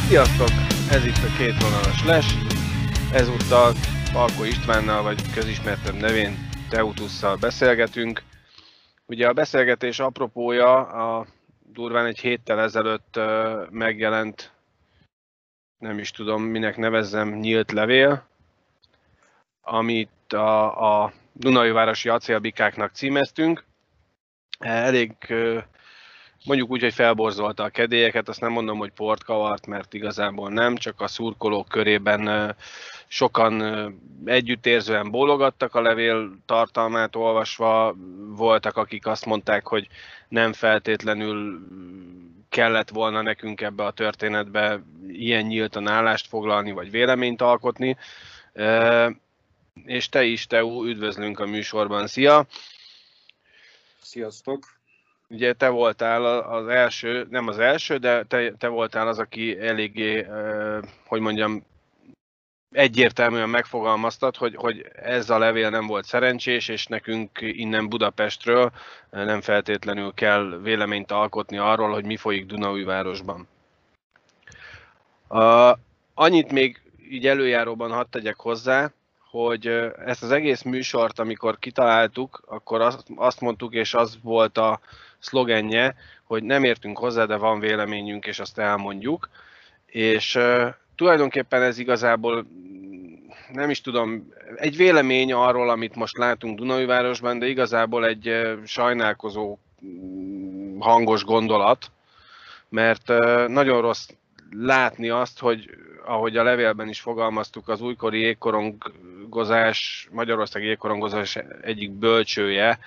Sziasztok! Ez itt a Kétvonalas Les. Ezúttal Palko Istvánnal, vagy közismertebb nevén Teutusszal beszélgetünk. Ugye a beszélgetés apropója a durván egy héttel ezelőtt megjelent, nem is tudom minek nevezzem, nyílt levél, amit a Dunaújvárosi acélbikáknak címeztünk. Elég mondjuk úgy, hogy felborzolta a kedélyeket, azt nem mondom, hogy port kavart, mert igazából nem, csak a szurkolók körében sokan együttérzően bólogattak a levél tartalmát olvasva, voltak, akik azt mondták, hogy nem feltétlenül kellett volna nekünk ebbe a történetbe ilyen nyíltan állást foglalni, vagy véleményt alkotni. És te is, Teu, üdvözlünk a műsorban. Szia! Sziasztok! Ugye te voltál az első, nem az első, de te voltál az, aki eléggé, hogy mondjam, egyértelműen megfogalmaztat, hogy ez a levél nem volt szerencsés, és nekünk innen Budapestről nem feltétlenül kell véleményt alkotni arról, hogy mi folyik Dunaújvárosban. Annyit még így előjáróban hadd tegyek hozzá, hogy ezt az egész műsort, amikor kitaláltuk, akkor azt mondtuk, és az volt a szlogenje, hogy nem értünk hozzá, de van véleményünk, és azt elmondjuk. És tulajdonképpen ez igazából, nem is tudom, egy vélemény arról, amit most látunk Dunaújvárosban, de igazából egy sajnálkozó hangos gondolat, mert nagyon rossz látni azt, hogy ahogy a levélben is fogalmaztuk, az újkori jégkorongozás, Magyarországi jégkorongozás egyik bölcsője,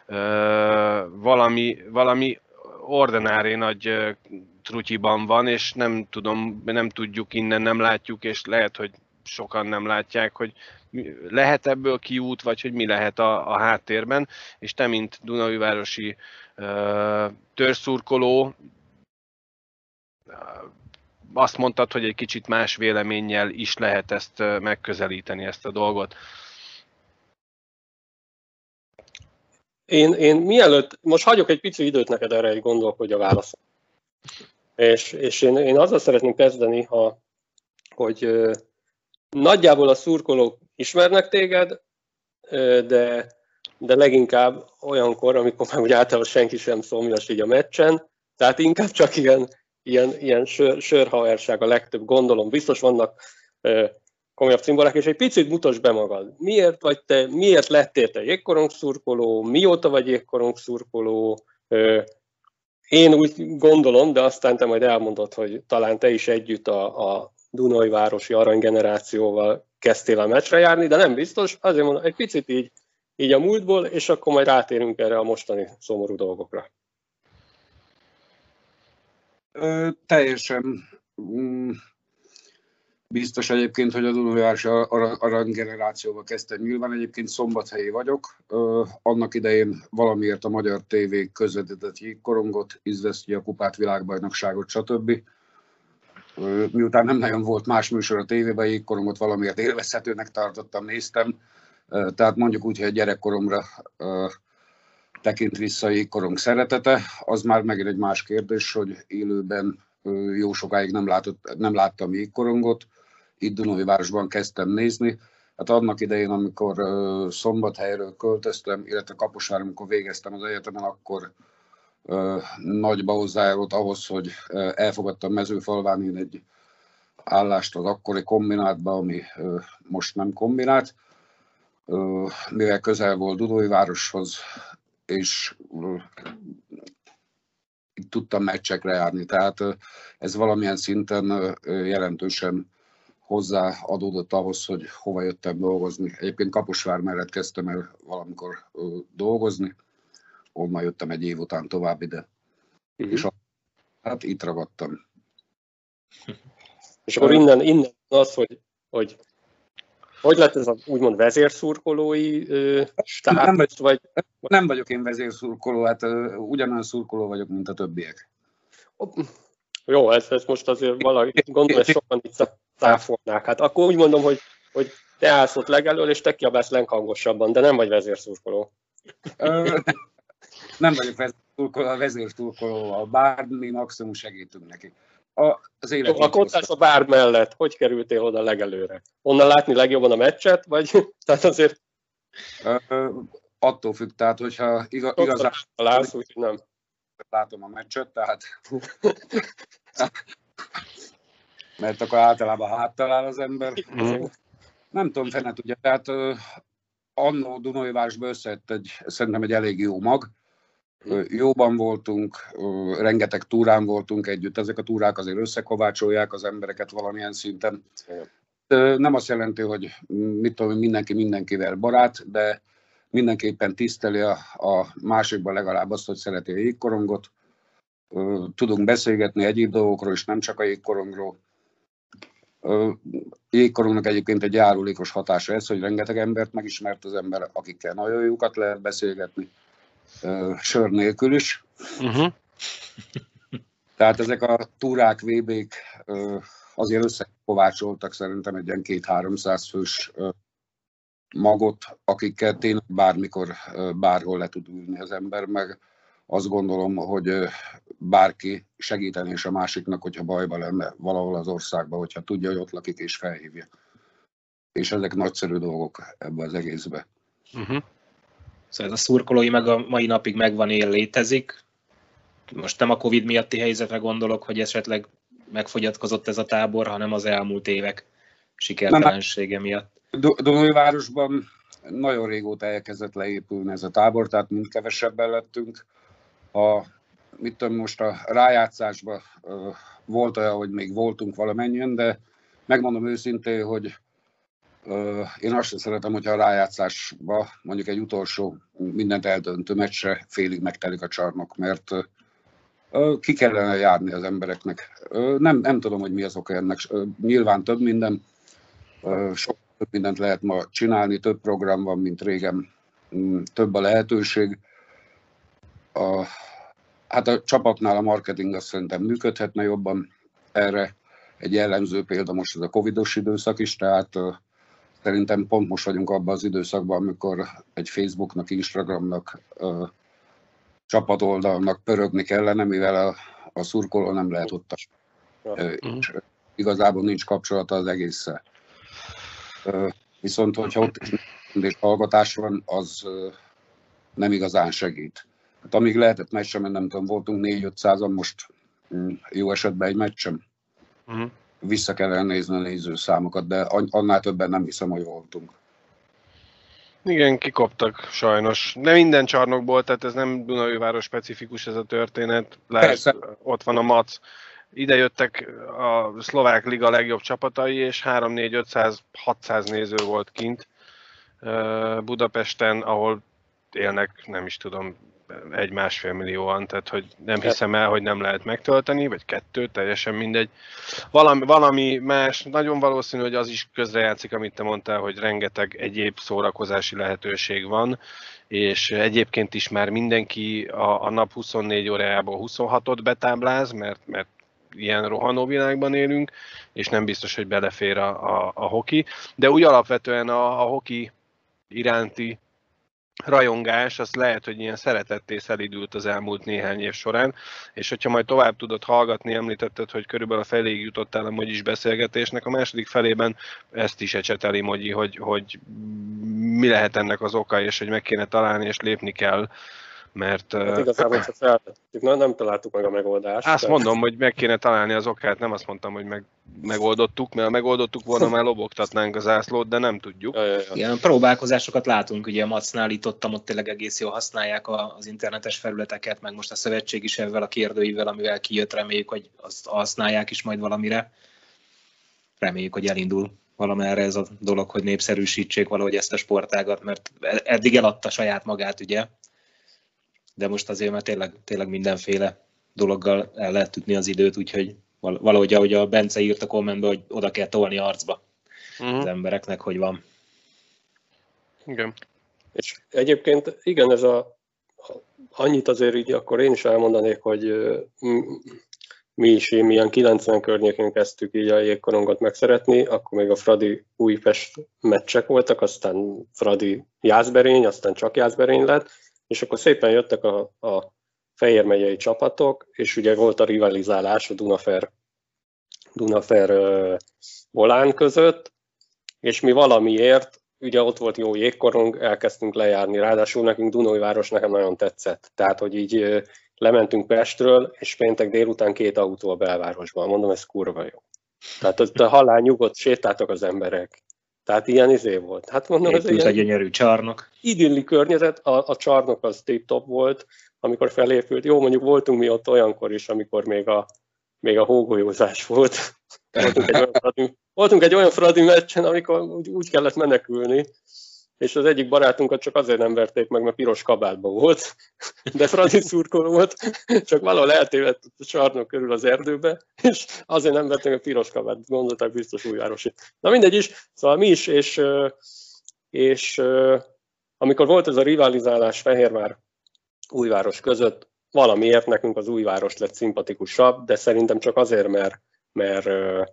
valami ordinári nagy trutyiban van, és nem tudom, nem tudjuk innen, nem látjuk, és lehet, hogy sokan nem látják, hogy lehet ebből kiút, vagy hogy mi lehet a háttérben, és te, mint dunaújvárosi törzsszurkoló, azt mondtad, hogy egy kicsit más véleménnyel is lehet ezt megközelíteni, ezt a dolgot. Én mielőtt, most hagyok egy pici időt neked erre, hogy gondolkodj a válaszom. És én azzal szeretném kezdeni, hogy nagyjából a szurkolók ismernek téged, de leginkább olyankor, amikor már úgy általában senki sem szomjas így a meccsen, tehát inkább csak ilyen sörhaverság a legtöbb, gondolom. Biztos vannak komolyabb cimborák, és egy picit mutasd be magad. Miért lettél te jégkorongszurkoló, mióta vagy jégkorongszurkoló? Én úgy gondolom, de aztán te majd elmondod, hogy talán te is együtt a Dunaújvárosi aranygenerációval kezdtél a meccsre járni, de nem biztos. Azért mondom, egy picit így a múltból, és akkor majd rátérünk erre a mostani szomorú dolgokra. Teljesen biztos egyébként, hogy a Dunaújvárosi aranygenerációval kezdtem. Nyilván egyébként szombathelyi vagyok. Annak idején valamiért a Magyar TV közvetített jégkorongot, Izveszti a kupát, világbajnokságot, stb. Miután nem nagyon volt más műsor a tévében, jégkorongot valamiért élvezhetőnek tartottam, néztem. Tehát mondjuk úgy, hogy gyerekkoromra tekint vissza a jégkorong szeretete. Az már megint egy más kérdés, hogy élőben jó sokáig nem láttam jégkorongot. Itt Dunaújvárosban kezdtem nézni. Hát annak idején, amikor Szombathelyről költöztem, illetve Kaposváron, amikor végeztem az egyetemen, akkor nagyba hozzájárult ahhoz, hogy elfogadtam Mezőfalván egy állást az akkori kombinátba, ami most nem kombinát, mivel közel volt Dunaújvároshoz, és itt tudtam meccsekre járni. Tehát ez valamilyen szinten jelentősen hozzáadódott ahhoz, hogy hova jöttem dolgozni. Egyébként Kaposvár mellett kezdtem el valamikor dolgozni, onnan jöttem egy év után tovább ide. És hát itt ragadtam. És akkor innen az, hogy lett ez a úgymond vezérszurkolói státusz, vagy? Nem vagyok én vezérszurkoló, hát ugyanolyan szurkoló vagyok, mint a többiek. Jó, ezt most azért valahogy gondolom, hogy sokan itt táfolnák. Hát akkor úgy mondom, hogy te állsz ott legelől, és te kiabálsz leghangosabban, de nem vagy vezérszurkoló. Nem vagyok vezérszurkoló, a vezérszurkolóval, bármi maximum segítünk neki. Az élet A kottás a bár mellett, hogy kerültél oda legelőre? Onnan látni legjobban a meccset, vagy tehát azért... Attól függ, tehát hogyha igazán látsz, úgyhogy nem. Látom a meccset, tehát mert akkor általában háttal áll az ember. Nem tudom, fene tudja, tehát annó Dunaújvárosban összejött szerintem egy elég jó mag. Jóban voltunk, rengeteg túrán voltunk együtt, ezek a túrák azért összekovácsolják az embereket valamilyen szinten. Nem azt jelenti, hogy mit tudom, mindenki mindenkivel barát, de mindenképpen tiszteli a másikban legalább azt, hogy szereti a jégkorongot. Tudunk beszélgetni egyéb dolgokról, és nem csak a jégkorongról. Jégkorongnak egyébként egy járulékos hatása ez, hogy rengeteg embert megismert az ember, akikkel nagyon jókat lehet beszélgetni, sör nélkül is. Tehát ezek a túrák, VB-k azért összekovácsoltak szerintem egy ilyen 200-300 fős magot, akikkel tényleg bármikor, bárhol le tud ülni az ember, meg azt gondolom, hogy bárki segíteni is a másiknak, hogyha bajba lenne valahol az országban, hogyha tudja, hogy ott lakik és felhívja. És ezek nagyszerű dolgok ebbe az egészbe. Szóval ez a szurkolói meg a mai napig megvan, létezik. Most nem a Covid miatti helyzetre gondolok, hogy esetleg megfogyatkozott ez a tábor, hanem az elmúlt évek sikertelensége miatt. Dunaújvárosban nagyon régóta elkezdett leépülni ez a tábor, tehát mind kevesebben lettünk. Most a rájátszásban volt olyan, hogy még voltunk valamennyien, de megmondom őszintén, hogy én azt sem szeretem, hogyha a rájátszásban mondjuk egy utolsó mindent eldöntő meccsre félig megtelik a csarnok, mert ki kellene járni az embereknek. Nem tudom, hogy mi az oka ennek. Nyilván több minden, sok több mindent lehet ma csinálni, több program van, mint régen, több a lehetőség. Hát a csapatnál a marketing azt szerintem működhetne jobban. Erre egy jellemző példa most ez a covidos időszak is, tehát szerintem pont most vagyunk abban az időszakban, amikor egy Facebooknak, Instagramnak, csapatoldalnak pörögni kellene, mivel a szurkoló nem lehet ott. És igazából nincs kapcsolata az egésszel. Viszont, hogyha ott is hallgatás van, az nem igazán segít. Hát amíg lehetett meccsen, nem tudom, voltunk 4-500-an, most jó esetben egy meccsen. Vissza kellene nézni a nézőszámokat, de annál többen nem hiszem, hogy voltunk. Igen, kikoptak sajnos. De minden csarnokból, tehát ez nem Dunaújváros specifikus ez a történet. Ott van a Mac. Ide jöttek a szlovák liga legjobb csapatai, és 3-4-500-600 néző volt kint Budapesten, ahol élnek, nem is tudom, 1-1,5 millióan, tehát hogy nem hiszem el, hogy nem lehet megtölteni, vagy 2, teljesen mindegy. Valami más, nagyon valószínű, hogy az is közrejátszik, amit te mondtál, hogy rengeteg egyéb szórakozási lehetőség van, és egyébként is már mindenki a nap 24 órájából 26-ot betábláz, mert ilyen rohanó világban élünk, és nem biztos, hogy belefér a hoki. De úgy alapvetően a hoki iránti rajongás, az lehet, hogy ilyen szeretetté szelídült az elmúlt néhány év során, és hogyha majd tovább tudod hallgatni, említetted, hogy körülbelül a feléig jutottál a Mogyis beszélgetésnek, a második felében ezt is ecseteli Mogyi, hogy mi lehet ennek az oka, és hogy meg kéne találni, és lépni kell, mert... Hát igazából csak feltettük, nem találtuk meg a megoldást. Azt mondom, hogy meg kéne találni az okát, nem azt mondtam, hogy megoldottuk, mert ha megoldottuk volna, már lobogtatnánk az zászlót, de nem tudjuk. Igen, próbálkozásokat látunk, ugye a Macnál itt ott tényleg egész jól használják az internetes felületeket, meg most a szövetség is ezzel a kérdőivel, amivel kijött, reméljük, hogy azt használják is majd valamire. Reméljük, hogy elindul valamerre ez a dolog, hogy népszerűsítsék valahogy ezt a sportágat, mert eddig eladta saját magát, ugye? De most azért már tényleg mindenféle dologgal el lehet ütni az időt, úgyhogy valahogy, ahogy a Bence írt a kommentbe, hogy oda kell tolni arcba az embereknek, hogy van. Igen. És egyébként igen, annyit azért így akkor én is elmondanék, hogy mi is ilyen 90 környékén kezdtük így a jégkorongot megszeretni, akkor még a Fradi Újpest meccsek voltak, aztán Fradi Jászberény, aztán csak Jászberény lett, és akkor szépen jöttek a Fejér megyei csapatok, és ugye volt a rivalizálás a Dunafer Dunafer-Volán között, és mi valamiért, ugye ott volt jó jégkorong, elkezdtünk lejárni, ráadásul nekünk Dunaújváros nekem nagyon tetszett, tehát hogy így lementünk Pestről, és péntek délután 2 autó a belvárosban, mondom, ez kurva jó. Tehát ott a halál nyugodt, sétáltak az emberek. Tehát ilyen volt. Hát mondom, ez egy gyönyörű csarnok. Idilli környezet, a csarnok az tip-top volt, amikor felépült. Jó, mondjuk voltunk mi ott olyankor is, amikor még a hógolyózás volt. Voltunk egy olyan fradi meccsen, amikor úgy kellett menekülni, és az egyik barátunkat csak azért nem verték meg, mert piros kabátban volt, de fradi szurkoló volt, csak valahol eltévedt a csarnok körül az erdőbe, és azért nem verték meg piros kabát, gondolták biztos Újvárosi. Na mindegy is, szóval mi is, és amikor volt ez a rivalizálás Fehérvár Újváros között, valamiért nekünk az Újváros lett szimpatikusabb, de szerintem csak azért, mert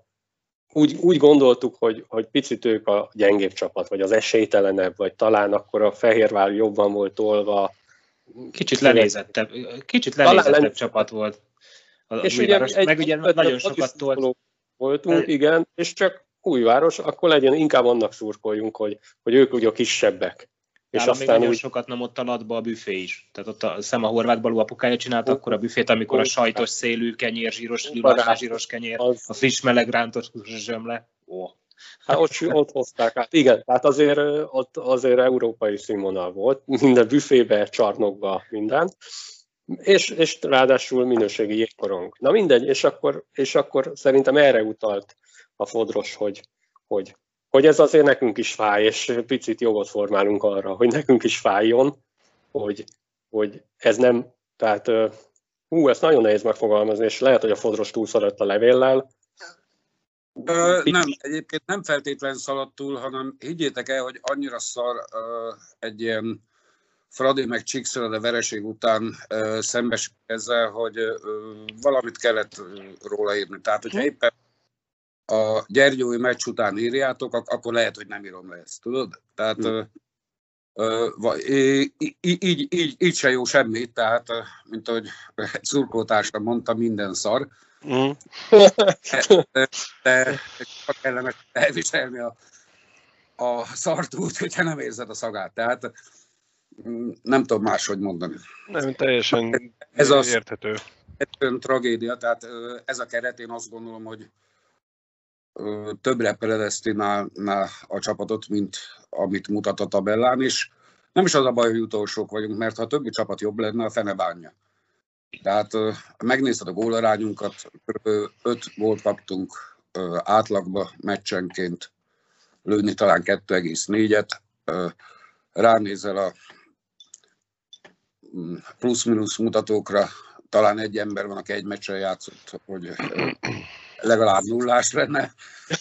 úgy gondoltuk, hogy picit ők a gyengébb csapat, vagy az esélytelenebb, vagy talán akkor a Fehérvár jobban volt tolva. Kicsit lenézettebb csapat volt. És ugye meg ugye nagyon sokat voltunk, igen, és csak Újváros, akkor legyen, inkább annak szurkoljunk, hogy ők ugye a kisebbek. És aztán még nagyon sokat nem ott a latba a büfé is. Tehát ott a Horváth Balú apukája csinálta akkor a büfét, amikor a sajtos szélű kenyér, zsíros kenyér, a friss meleg rántott zsömle. Hát ott hozták át. Igen, tehát azért európai színvonal volt. Minden büfébe, csarnokba, minden. És ráadásul minőségi jégkorong. Na mindegy, és akkor szerintem erre utalt a Fodros, hogy ez azért nekünk is fáj, és picit jogot formálunk arra, hogy nekünk is fájjon, hogy ez nem, tehát ezt nagyon nehéz megfogalmazni, és lehet, hogy a Fodros túlszaladt a levéllel. Nem, egyébként nem feltétlenül szaladt túl, hanem higgyétek el, hogy annyira szar egy ilyen Fradi meg Csíkszöld vereség után szembesül ezzel, hogy valamit kellett róla írni. Tehát, hogyha éppen a gyergyói meccs után írjátok, akkor lehet, hogy nem írom le ezt, tudod? Tehát így se jó semmit, tehát, mint ahogy egy szurkolótársam mondta, minden szar. De kellemes elviselni a szart úgy, hogyha nem érzed a szagát. Tehát nem tudom máshogy mondani. Nem, teljesen érthető. Ez olyan tragédia, tehát ez a keret, én azt gondolom, hogy többre peledesztinálná a csapatot, mint amit mutat a tabellán, és nem is az a baj, hogy utolsók vagyunk, mert ha a többi csapat jobb lenne, a fene bánja. Tehát megnézted a gólarányunkat, 5 gólt kaptunk átlagba meccsenként, lőni talán 2,4-et, ránézel a plusz-minusz mutatókra, talán egy ember van, aki egy meccsen játszott, hogy legalább nullás lenne.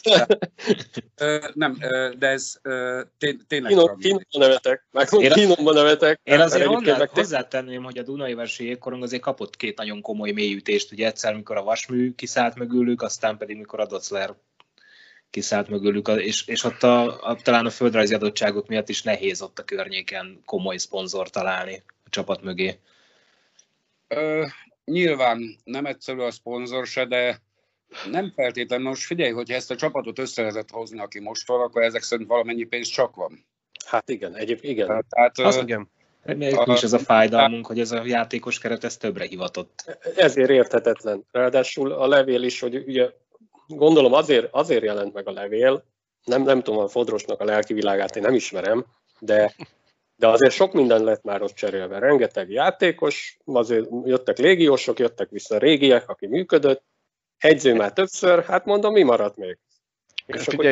Nem, de ez tényleg Kínomban nevetek. Én azért hozzátenném, hogy a Dunaújvárosi jégkorong azért kapott 2 nagyon komoly mélyütést. Ugye egyszer, mikor a Vasmű kiszállt mögülük, aztán pedig mikor a Docler kiszállt mögülük, és ott talán a földrajzi adottságok miatt is nehéz ott a környéken komoly szponzor találni a csapat mögé. Nyilván nem egyszerű a szponzor se, de nem feltétlenül. Most figyelj, hogy ezt a csapatot össze lehetett hozni, aki most van, akkor ezek szerint valamennyi pénz csak van. Hát igen, igen. Tehát, igen. És ez a fájdalmunk, hogy ez a játékos keret ez többre hivatott. Ezért érthetetlen. Ráadásul a levél is, hogy ugye gondolom azért jelent meg a levél, nem tudom a Fodrosnak a lelki világát, én nem ismerem, de azért sok minden lett már ott cserélve. Rengeteg játékos, azért jöttek légiósok, jöttek vissza régiek, aki működött, edző már többször, hát mondom, mi maradt még? És figyelj,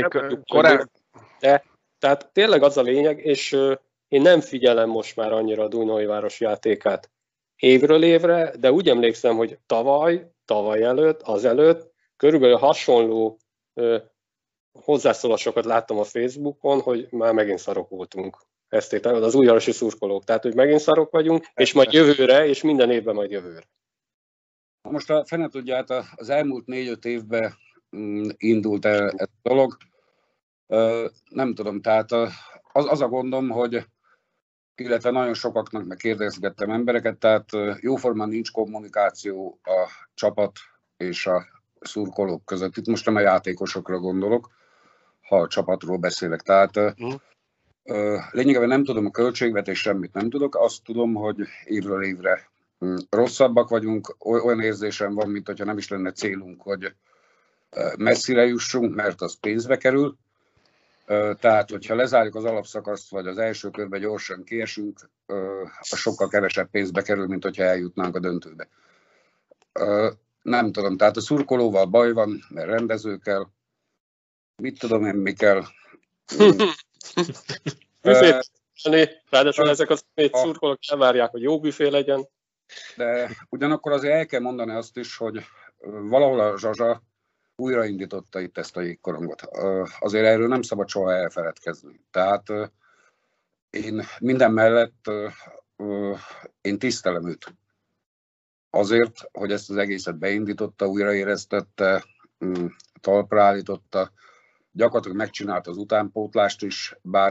tehát tényleg az a lényeg, és én nem figyelem most már annyira a Dunaújváros játékát évről évre, de úgy emlékszem, hogy tavaly előtt, azelőtt körülbelül hasonló hozzászólásokat láttam a Facebookon, hogy már megint szarok voltunk. Ezt értem, az újvárosi szurkolók. Tehát, hogy megint szarok vagyunk, és majd jövőre, és minden évben majd jövőre. Most a fene tudja, hát az elmúlt 4-5 évben indult el ez a dolog. Nem tudom, tehát az a gondom, hogy illetve nagyon sokaknak megkérdezgettem embereket, tehát jóformán nincs kommunikáció a csapat és a szurkolók között. Itt most nem a játékosokra gondolok, ha a csapatról beszélek. Tehát lényegében nem tudom a költségvetés, semmit nem tudok. Azt tudom, hogy évről évre rosszabbak vagyunk. Olyan érzésem van, mint hogyha nem is lenne célunk, hogy messzire jussunk, mert az pénzbe kerül. Tehát, hogyha lezárjuk az alapszakaszt, vagy az első körbe gyorsan kiesünk, az sokkal kevesebb pénzbe kerül, mint hogyha eljutnánk a döntőbe. Nem tudom, tehát a szurkolóval baj van, mert rendező kell. Mit tudom én, mi kell. Büfét, ráadásul ezek a szurkolók nem várják, hogy jó büfé legyen. De ugyanakkor azért el kell mondani azt is, hogy valahol a Zsazsa újraindította itt ezt a jégkorongot. Azért erről nem szabad soha elfeledkezni. Tehát én minden mellett én tisztelem őt. Azért, hogy ezt az egészet beindította, újraéreztette, talpra állította, gyakorlatilag megcsinálta az utánpótlást is, bár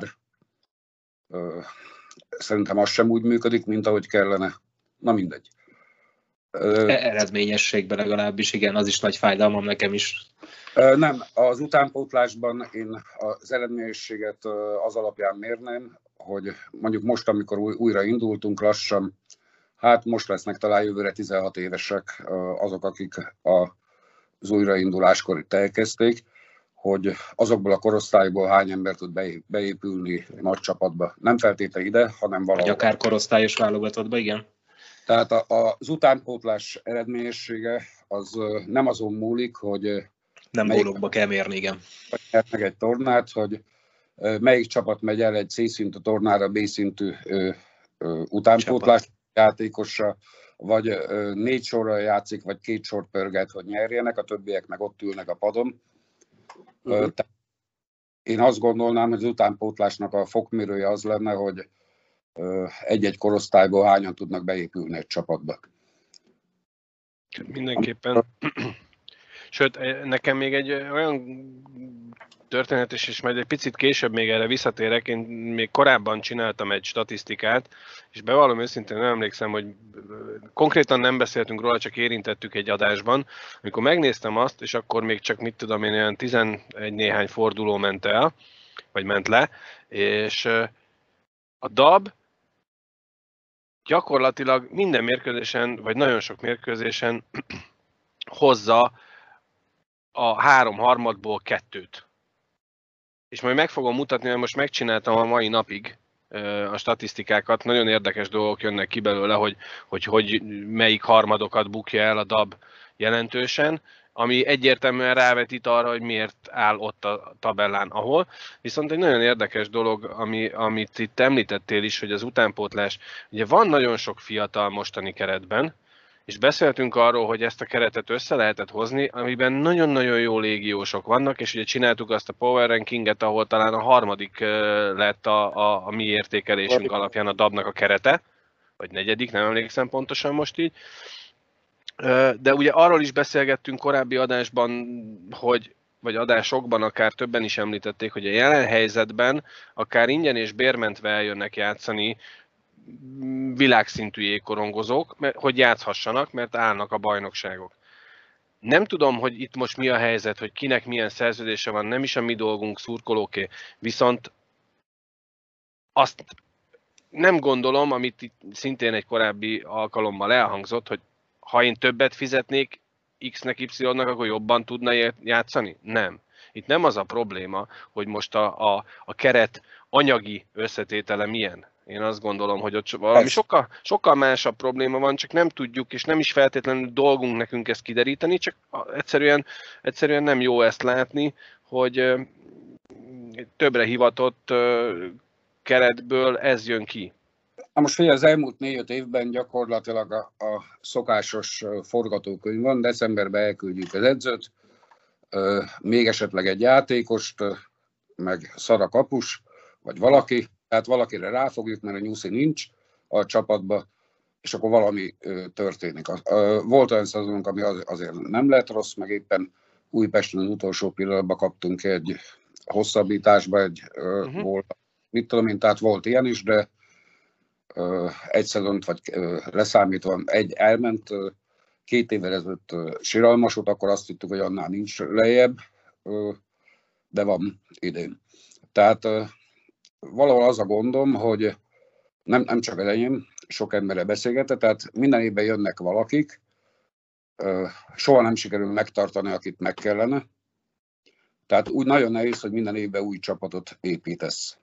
szerintem az sem úgy működik, mint ahogy kellene. Na mindegy. Eredményességben legalábbis, igen, az is nagy fájdalmam nekem is. Nem, az utánpótlásban én az eredményességet az alapján mérném, hogy mondjuk most, amikor újra indultunk lassan, hát most lesznek talán jövőre 16 évesek azok, akik az újrainduláskor itt elkezdték, hogy azokból a korosztályból hány ember tud beépülni nagy csapatba. Nem feltétlenül ide, hanem valahol. Vagy akár korosztályos válogatottba, igen. Tehát az utánpótlás eredményessége az nem azon múlik, hogy nem gólokba kell mérni, igen. Nyert meg egy tornát, hogy melyik csapat megy el egy C-szintű tornára, B-szintű utánpótlás játékosra, vagy 4 sorra játszik, vagy 2 sort pörget, hogy nyerjenek, a többiek meg ott ülnek a padon. Én azt gondolnám, hogy az utánpótlásnak a fokmérője az lenne, hogy egy-egy korosztályból hányan tudnak beépülni egy csapatba. Mindenképpen. Sőt, nekem még egy olyan történet is, és majd egy picit később még erre visszatérek. Én még korábban csináltam egy statisztikát, és bevallom őszintén, nem emlékszem, hogy konkrétan nem beszéltünk róla, csak érintettük egy adásban. Amikor megnéztem azt, és akkor még csak mit tudom én, olyan 11 néhány forduló ment el, vagy ment le, és a DAB gyakorlatilag minden mérkőzésen, vagy nagyon sok mérkőzésen hozza a 3/3-ból 2-t. És majd meg fogom mutatni, mert most megcsináltam a mai napig a statisztikákat. Nagyon érdekes dolgok jönnek ki belőle, hogy melyik harmadokat bukja el a DAB jelentősen, ami egyértelműen rávetít arra, hogy miért áll ott a tabellán, ahol. Viszont egy nagyon érdekes dolog, amit itt említettél is, hogy az utánpótlás, ugye van nagyon sok fiatal mostani keretben, és beszéltünk arról, hogy ezt a keretet össze lehetett hozni, amiben nagyon-nagyon jó légiósok vannak, és ugye csináltuk azt a Power Rankinget, ahol talán a harmadik lett a mi értékelésünk alapján a DAB-nak a kerete, vagy negyedik, nem emlékszem pontosan most így. De ugye arról is beszélgettünk korábbi adásban, vagy adásokban akár többen is említették, hogy a jelen helyzetben akár ingyen és bérmentve eljönnek játszani világszintű jégkorongozók, hogy játszhassanak, mert állnak a bajnokságok. Nem tudom, hogy itt most mi a helyzet, hogy kinek milyen szerződése van, nem is a mi dolgunk, szurkolóké, viszont azt nem gondolom, amit itt szintén egy korábbi alkalommal elhangzott, hogy ha én többet fizetnék X-nek, Y-nak, akkor jobban tudna játszani? Nem. Itt nem az a probléma, hogy most a keret anyagi összetétele milyen. Én azt gondolom, hogy ott valami sokkal másabb probléma van, csak nem tudjuk, és nem is feltétlenül dolgunk nekünk ezt kideríteni, csak egyszerűen nem jó ezt látni, hogy többre hivatott keretből ez jön ki. Na most figyelj, az elmúlt 4-5 évben gyakorlatilag a szokásos forgatókönyv van, decemberben elküldjük az edzőt, még esetleg egy játékost, meg szar a kapus, vagy valaki, tehát valakire ráfogjuk, mert a Nyuszi nincs a csapatba, és akkor valami történik. Volt olyan szezonunk, ami azért nem lett rossz, meg éppen Újpesten az utolsó pillanatban kaptunk egy hosszabbításba, volt, mit tudom én, tehát volt ilyen is, de egy szezont, vagy leszámítva egy elment, 2 évvel ezelőtt siralmas volt, akkor azt hittük, hogy annál nincs lejjebb, de van idén. Tehát valahol az a gondom, hogy nem csak az enyém, sok emberrel beszélgetett, tehát minden évben jönnek valakik, soha nem sikerül megtartani, akit meg kellene. Tehát úgy nagyon nehéz, hogy minden évben új csapatot építesz.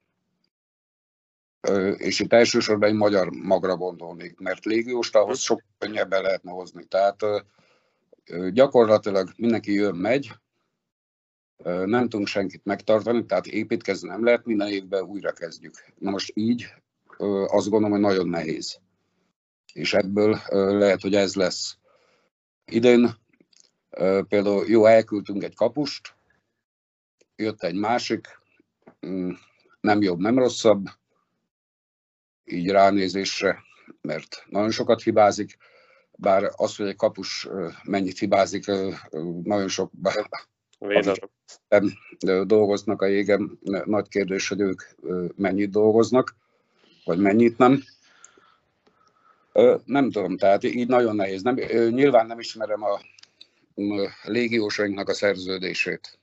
És itt elsősorban egy magyar magra gondolnék, mert légióst ahhoz sok könnyebben lehetne hozni. Tehát gyakorlatilag mindenki jön, megy, nem tudunk senkit megtartani, tehát építkezni nem lehet, minden évben újra kezdjük. Na most így azt gondolom, hogy nagyon nehéz. És ebből lehet, hogy ez lesz. Idén például jó, elküldtünk egy kapust, jött egy másik, nem jobb, nem rosszabb, így ránézésre, mert nagyon sokat hibázik, bár az, hogy egy kapus mennyit hibázik, nagyon sok dolgoznak a jégen, nagy kérdés, hogy ők mennyit dolgoznak, vagy mennyit nem. Nem tudom, tehát így nagyon nehéz. Nyilván nem ismerem a légiósainknak a szerződését.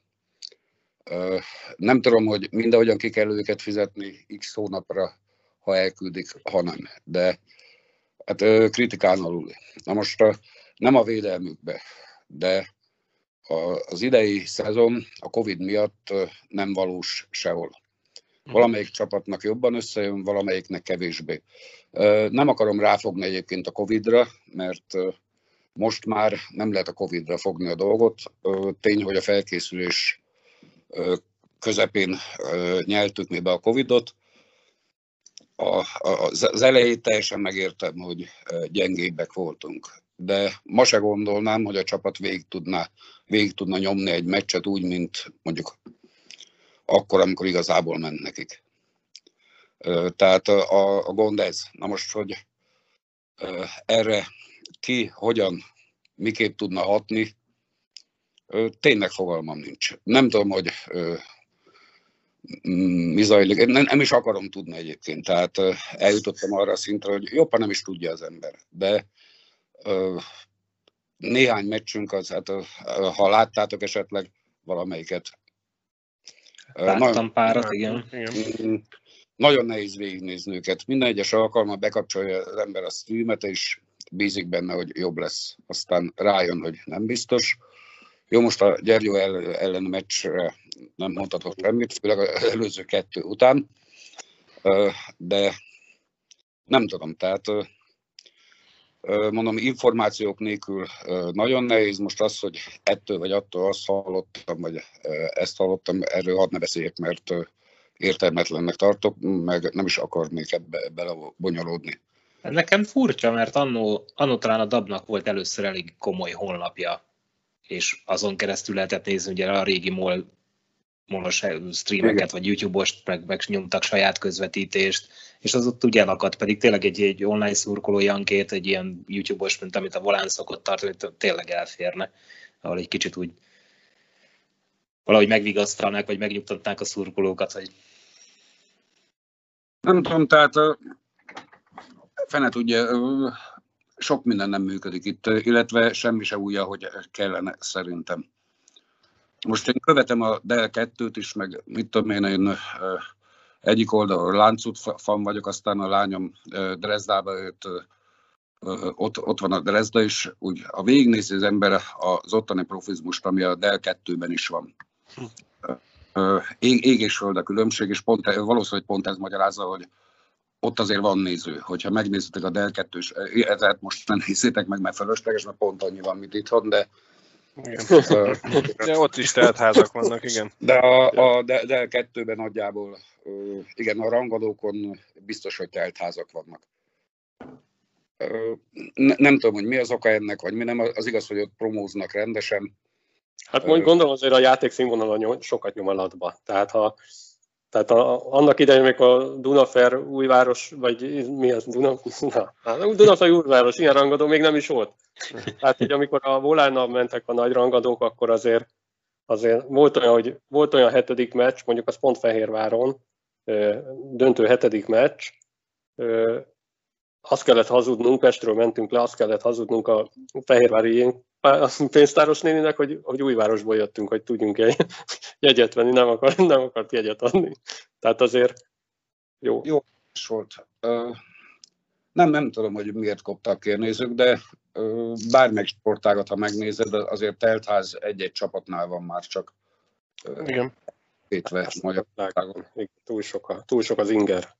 Nem tudom, hogy mindahogyan ki kell őket fizetni x hónapra, ha elküldik, ha nem. De hát kritikán alul. Na most nem a védelmükbe, de az idei szezon a Covid miatt nem valós sehol. Valamelyik csapatnak jobban összejön, valamelyiknek kevésbé. Nem akarom ráfogni egyébként a Covid-ra, mert most már nem lehet a Covid-ra fogni a dolgot. Tény, hogy a felkészülés közepén nyeltük mi be a Covid-ot. Az elején teljesen megértem, hogy gyengébbek voltunk. De ma se gondolnám, hogy a csapat végig tudna nyomni egy meccset úgy, mint mondjuk akkor, amikor igazából ment nekik. Tehát a gond ez. Na most, hogy erre ki, hogyan, miképp tudna hatni, tényleg fogalmam nincs. Nem tudom, hogy mi zajlik. Nem is akarom tudni egyébként. Tehát eljutottam arra a szintre, hogy jobban nem is tudja az ember. De néhány meccsünk az, hát, ha láttátok esetleg valamelyiket. Láttam párat, igen. Nagyon nehéz végignézni őket. Minden egyes alkalommal bekapcsolja az ember a streamet, és bízik benne, hogy jobb lesz. Aztán rájön, hogy nem biztos. Jó, most a Gyergyó ellen meccsre nem mondhatok semmit, főleg az előző 2 után, de nem tudom, tehát mondom, információk nélkül nagyon nehéz. Most az, hogy ettől vagy attól azt hallottam, vagy ezt hallottam, erről hadd ne beszéljek, mert értelmetlennek tartok, meg nem is akarnék ebbe belebonyolódni. Nekem furcsa, mert annó talán a DAB-nak volt először elég komoly honlapja, és azon keresztül lehetett nézni ugye a régi molos streameket, vagy YouTube-ost, meg nyomtak saját közvetítést, és az ott ugye elakadt, pedig tényleg egy online szurkolói ankét, egy ilyen YouTube-os, mint amit a Volán szokott tartani, tényleg elférne, ahol egy kicsit úgy valahogy megvigasztalnák, vagy megnyugtatnák a szurkolókat, hogy... Nem tudom, tehát fene tudja, sok minden nem működik itt, illetve semmi se úgy, ahogy kellene szerintem. Most én követem a Dell 2-t is, meg mit tudom én egyik oldalon Láncut fan vagyok, aztán a lányom Dresdába, ott van a Dresda is, úgy a végignézi az ember az ottani profizmust, ami a Dell 2-ben is van. Ég és föld a különbség, és valószínűleg pont ez magyarázza, hogy ott azért van néző. Hogyha megnézitek a Dell 2-s, ezért most nem nézzétek meg, mert fölösleges, mert pont annyi van, mint itthon, de ott is teltházak vannak, igen. De a Dell 2-ben nagyjából, igen, a rangadókon biztos, hogy teltházak vannak. Nem tudom, hogy mi az oka ennek, vagy mi nem. Az igaz, hogy ott promóznak rendesen. Hát mondjuk gondolom azért a játék színvonalon sokat nyom alatba. Tehát annak idején, amikor a Dunafer újváros, vagy mi az? Dunafer újváros, ilyen rangadó még nem is volt. Tehát így amikor a Volánnal mentek a nagy rangadók, akkor azért volt olyan 7. meccs, mondjuk az pont Fehérváron, döntő 7. meccs, azt kellett hazudnunk, Pestről mentünk le, azt kellett hazudnunk a fehérvári pénztáros néninek, hogy Újvárosból jöttünk, hogy tudjunk egy jegyet venni, nem akart jegyet adni. Tehát azért jó. Jó volt. Nem tudom, hogy miért koptak ki a nézők, de bármelyik sportágat, ha megnézed, azért teltház egy-egy csapatnál van már csak. Igen. Tétve Magyarországon. Túl sok az inger.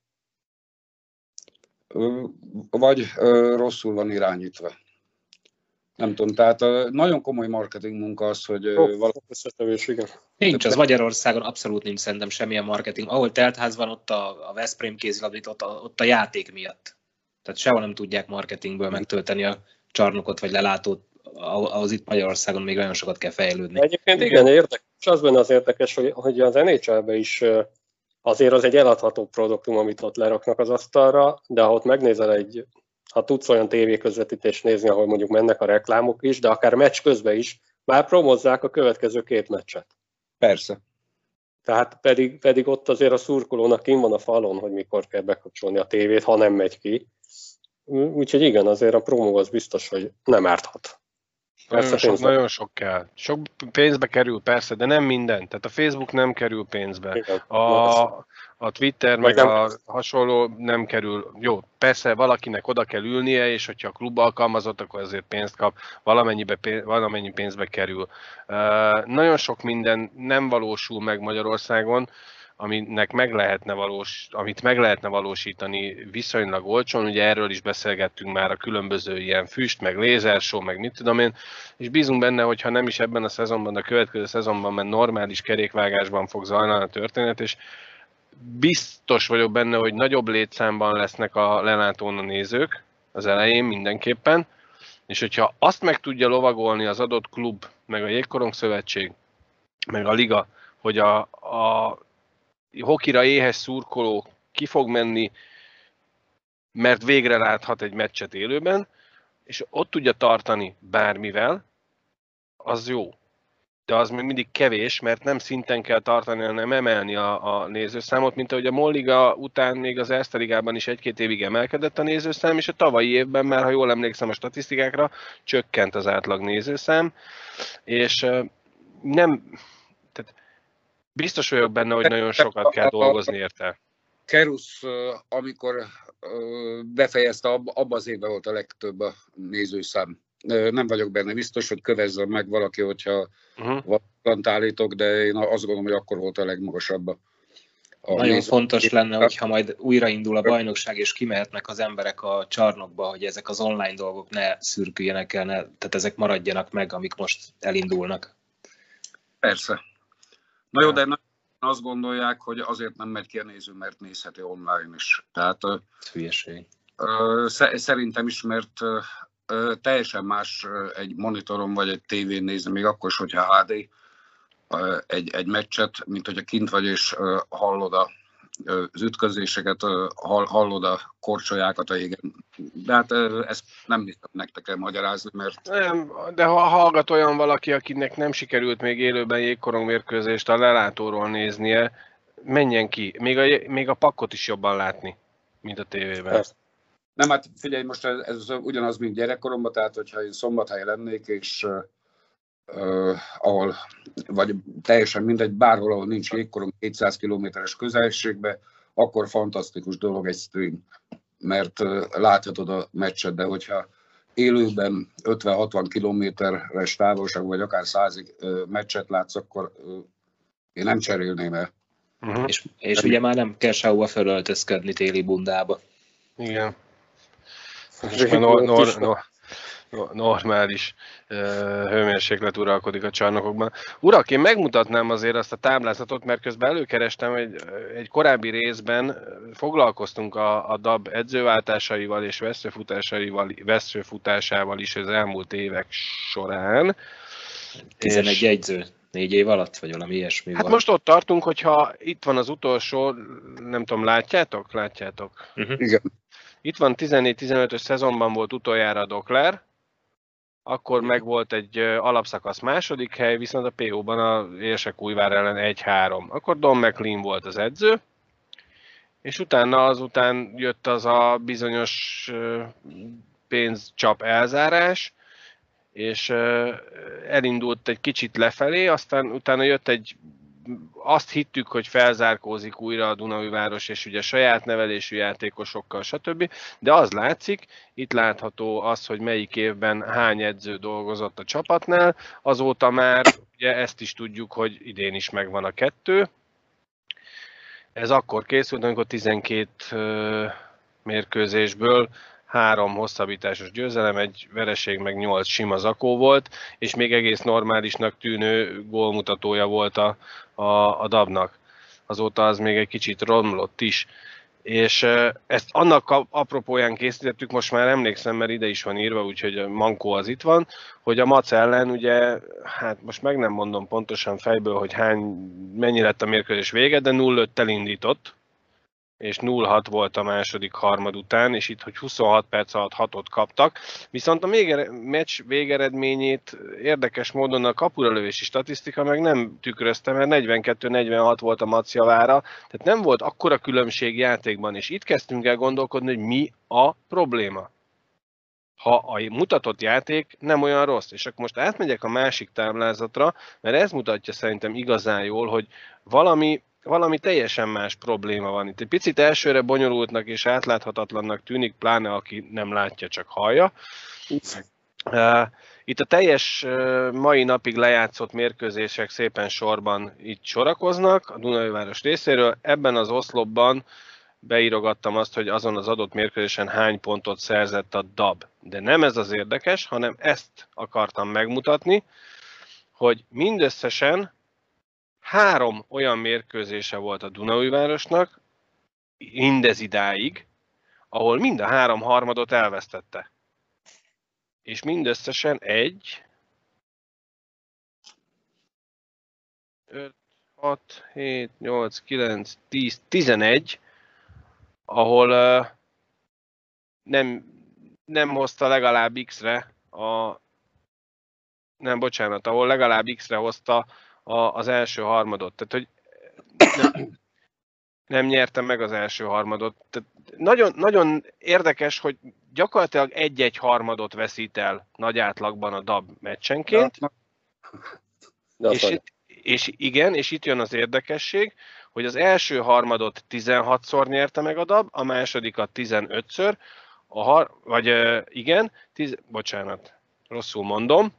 Vagy rosszul van irányítva. Nem tudom, tehát nagyon komoly marketing munka az, hogy igen. Nincs, az Magyarországon abszolút nincs szerintem semmilyen marketing. Ahol teltház van, ott a Veszprém kézilabdít, ott a játék miatt. Tehát sehol nem tudják marketingből megtölteni a csarnokot vagy lelátót, ahhoz itt Magyarországon még nagyon sokat kell fejlődni. Egyébként igen, érdekes. Az benne az érdekes, hogy az NHL-ben is azért az egy eladható produktum, amit ott leraknak az asztalra, de ha ott megnézel ha tudsz olyan tévéközvetítést nézni, ahol mondjuk mennek a reklámok is, de akár meccs közben is, már promozzák a következő 2 meccset. Persze. Tehát pedig ott azért a szurkolónak kint van a falon, hogy mikor kell bekapcsolni a tévét, ha nem megy ki. Úgyhogy igen, azért a promó az biztos, hogy nem árthat. Nagyon sok kell. Sok pénzbe kerül persze, de nem minden. Tehát a Facebook nem kerül pénzbe. Igen, a Twitter meg a hasonló nem kerül. Jó, persze valakinek oda kell ülnie, és hogyha a klub alkalmazott, akkor azért pénzt kap, valamennyi pénzbe kerül. Nagyon sok minden nem valósul meg Magyarországon, amit meg lehetne valósítani viszonylag olcsón, ugye erről is beszélgettünk már a különböző ilyen füst, meg lézershow, meg mit tudom én, és bízunk benne, hogy ha nem is ebben a szezonban, de a következő szezonban, mert normális kerékvágásban fog zajlani a történet, és biztos vagyok benne, hogy nagyobb létszámban lesznek a lelátón a nézők az elején mindenképpen, és hogyha azt meg tudja lovagolni az adott klub, meg a Jégkorong Szövetség, meg a liga, hogy a hokira éhes szurkoló ki fog menni, mert végre láthat egy meccset élőben, és ott tudja tartani bármivel, az jó. De az még mindig kevés, mert nem szinten kell tartani, hanem emelni a nézőszámot, mint ahogy a MOL Liga után még az Erste Ligában is 1-2 évig emelkedett a nézőszám, és a tavalyi évben már, ha jól emlékszem a statisztikákra, csökkent az átlag nézőszám, és biztos vagyok benne, hogy nagyon sokat kell dolgozni érte. Kerusz, amikor befejezte, abban az évben volt a legtöbb a nézőszám. Nem vagyok benne biztos, hogy kövezzem meg valaki, hogyha valamit állítok, de én azt gondolom, hogy akkor volt a legmagasabb. Nagyon fontos lenne, hogyha majd újraindul a bajnokság, és kimehetnek az emberek a csarnokba, hogy ezek az online dolgok ne szürküljenek el, tehát ezek maradjanak meg, amik most elindulnak. Persze. Na jó, de azt gondolják, hogy azért nem megy ki a néző, mert nézheti online is. Tehát hülyeség. Szerintem is, mert teljesen más egy monitoron vagy egy tévén nézni, még akkor is, hogyha HD egy meccset, mint hogyha kint vagy és hallod az ütközéseket, hallod a korcsolyákat a jégen. De hát ezt nem hiszem nektek kell magyarázni, mert... Nem, de ha hallgat olyan valaki, akinek nem sikerült még élőben jégkorongmérkőzést a lelátóról néznie, menjen ki. Még a pakkot is jobban látni, mint a tévében. Nem, hát figyelj, most ez ugyanaz, mint gyerekkoromban, tehát hogyha én Szombathelyen lennék, és ahol, vagy teljesen mindegy, bárhol, ahol nincs jégkorong 200 kilométeres közelségben, akkor fantasztikus dolog egy stream, mert láthatod a meccset, de hogyha élőben 50-60 kilométeres távolság, vagy akár 100-ig meccset látsz, akkor én nem cserélném el. És ugye már nem kell sehova felöltözködni téli bundába. Igen. Normális hőmérséklet uralkodik a csarnokokban. Urak, én megmutatnám azért azt a táblázatot, mert közben előkerestem, egy korábbi részben foglalkoztunk a DAB edzőváltásaival és veszőfutásával is az elmúlt évek során. 11 edző, 4 év alatt, vagy valami ilyesmi hát van. most ott tartunk, hogyha itt van az utolsó, nem tudom, látjátok? Igen. Itt van 14-15-ös szezonban volt utoljára a Dokler, akkor meg volt egy alapszakasz második hely, viszont a PO-ban a Érsekújvár ellen 1-3. Akkor Don McLean volt az edző, és utána azután jött az a bizonyos pénzcsap elzárás, és elindult egy kicsit lefelé, aztán utána jött azt hittük, hogy felzárkózik újra a Dunaújváros, és ugye saját nevelésű játékosokkal, stb. De az látszik, itt látható az, hogy melyik évben hány edző dolgozott a csapatnál, azóta már ugye ezt is tudjuk, hogy idén is megvan a 2. Ez akkor készült, amikor 12 mérkőzésből 3 hosszabbításos győzelem, egy vereség meg 8 sima zakó volt, és még egész normálisnak tűnő gólmutatója volt a DAB-nak. Azóta az még egy kicsit romlott is. És ezt annak apropóján készítettük, most már emlékszem, mert ide is van írva, úgyhogy a mankó az itt van, hogy a Mac ellen ugye, hát most meg nem mondom pontosan fejből, hogy mennyi lett a mérkőzés vége, de 0-5-tel indított, és 0-6 volt a második harmad után, és itt, hogy 26 perc alatt 6-ot kaptak. Viszont a meccs végeredményét érdekes módon a kapuralövési statisztika meg nem tükrözte, mert 42-46 volt a Mac javára, tehát nem volt akkora különbség játékban, és itt kezdtünk el gondolkodni, hogy mi a probléma. Ha a mutatott játék nem olyan rossz, és akkor most átmegyek a másik táblázatra, mert ez mutatja szerintem igazán jól, hogy valami teljesen más probléma van itt. Egy picit elsőre bonyolultnak és átláthatatlannak tűnik, pláne aki nem látja, csak hallja. Itt a teljes mai napig lejátszott mérkőzések szépen sorban itt sorakoznak a Dunaújváros részéről. Ebben az oszlopban beírogattam azt, hogy azon az adott mérkőzésen hány pontot szerzett a DAB. De nem ez az érdekes, hanem ezt akartam megmutatni, hogy mindösszesen 3 olyan mérkőzése volt a Dunaújvárosnak, mindez idáig, ahol mind a 3 harmadot elvesztette. És mindösszesen 1, 5, 6, 7, 8, 9, 10, 11, ahol nem hozta legalább X-re ahol legalább X-re hozta az első harmadot. Tehát, hogy nem nyertem meg az első harmadot. Tehát nagyon, nagyon érdekes, hogy gyakorlatilag 1-1 harmadot veszít el nagy átlagban a DAB meccsenként. És itt jön az érdekesség, hogy az első harmadot 16-szor nyerte meg a DAB, a másodikat 15-ször, bocsánat, rosszul mondom.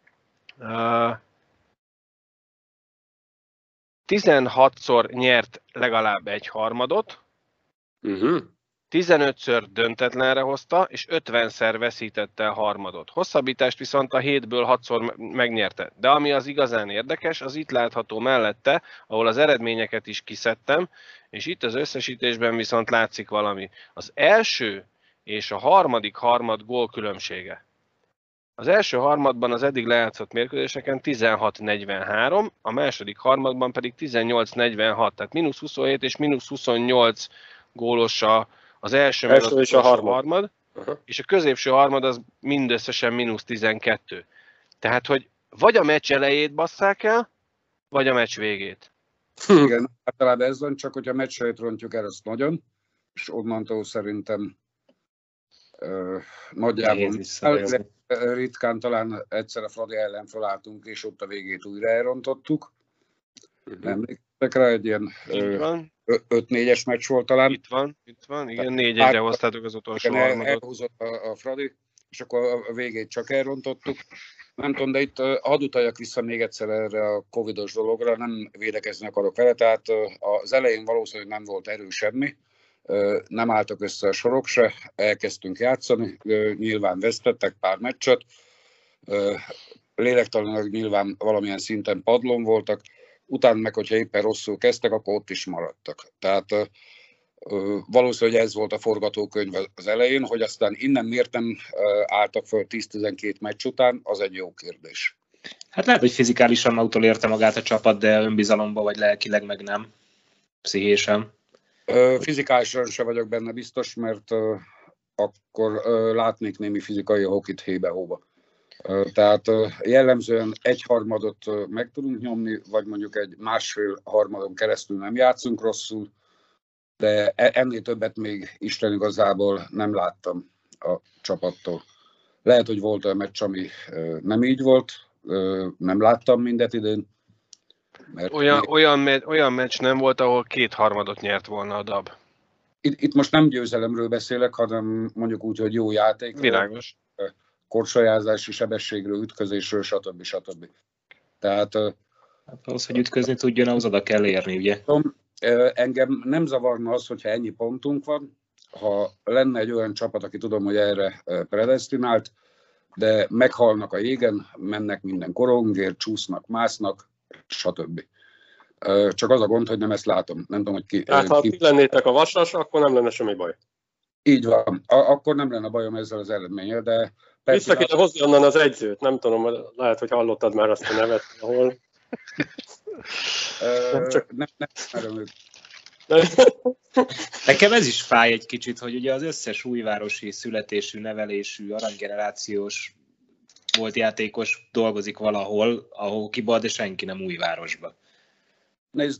16-szor nyert legalább egy harmadot, 15-ször döntetlenre hozta, és 50-szer veszítette a harmadot. Hosszabbítást viszont a 7-ből 6-szor megnyerte. De ami az igazán érdekes, az itt látható mellette, ahol az eredményeket is kiszedtem, és itt az összesítésben viszont látszik valami. Az első és a harmadik harmad gólkülönbsége. Az első harmadban az eddig lejátszott mérkőzéseken 16-43, a második harmadban pedig 18-46, tehát -27 és -28 gólos az első meg az utolsó harmad, és a középső harmad az mindösszesen -12. Tehát, hogy vagy a meccs elejét basszák el, vagy a meccs végét. Igen, általában ez van, csak hogy a meccs elejét rontjuk el, azt nagyon, és onnantól szerintem nagyjából ritkán talán egyszer a Fradi ellen felálltunk, és ott a végét újra elrontottuk. Emlékeztek rá, egy ilyen 5-4-es meccs volt talán. Itt van, igen, 4-1-re hoztátok az utolsó harmadot. Elhúzott a Fradi, és akkor a végét csak elrontottuk. Nem tudom, de itt hadd utaljak vissza még egyszer erre a covidos dologra, nem védekezni akarok vele, tehát az elején valószínűleg nem volt erő semmi, nem álltak össze a sorok se, elkezdtünk játszani, nyilván vesztettek pár meccset, lélektanilag nyilván valamilyen szinten padlón voltak, utána meg, hogyha éppen rosszul kezdtek, akkor ott is maradtak. Tehát valószínűleg ez volt a forgatókönyv az elején, hogy aztán innen miért nem álltak föl 10-12 meccs után, az egy jó kérdés. Hát lehet, hogy fizikálisan magától érte magát a csapat, de önbizalomba vagy lelkileg meg nem, pszichésen. Fizikálisan se vagyok benne biztos, mert akkor látnék némi fizikai hokit hébe-hóba. Tehát jellemzően egy harmadot meg tudunk nyomni, vagy mondjuk egy másfél harmadon keresztül nem játszunk rosszul. de ennél többet még Isten igazából nem láttam a csapattól. Lehet, hogy volt olyan meccs, ami nem így volt, nem láttam mindet idén. Mert olyan meccs nem volt, ahol 2/3 nyert volna a DAB. Itt most nem győzelemről beszélek, hanem mondjuk úgy, hogy jó játék. Világos. Korsajázási sebességről, ütközésről, stb. Tehát ahhoz, hogy ütközni tudjon, ahhoz oda kell érni, ugye? Engem nem zavarna az, hogyha ennyi pontunk van, ha lenne egy olyan csapat, aki tudom, hogy erre predesztinált, de meghalnak a jégen, mennek minden korongért, csúsznak, másznak, stb. Csak az a gond, hogy nem ezt látom. Nem tudom, hogy ki... Tehát ha ti lennétek a Vasas, akkor nem lenne semmi baj. Így van. Akkor nem lenne bajom ezzel az eredménnyel, de... Vissza kéne hozni onnan az egyzőt. Nem tudom, lehet, hogy hallottad már azt a nevet, ahol... Nem ismerem őt. Nekem ez is fáj egy kicsit, hogy ugye az összes újvárosi születésű, nevelésű, aranygenerációs volt játékos dolgozik valahol, ahol kiba, de senki nem újvárosba. Nézd,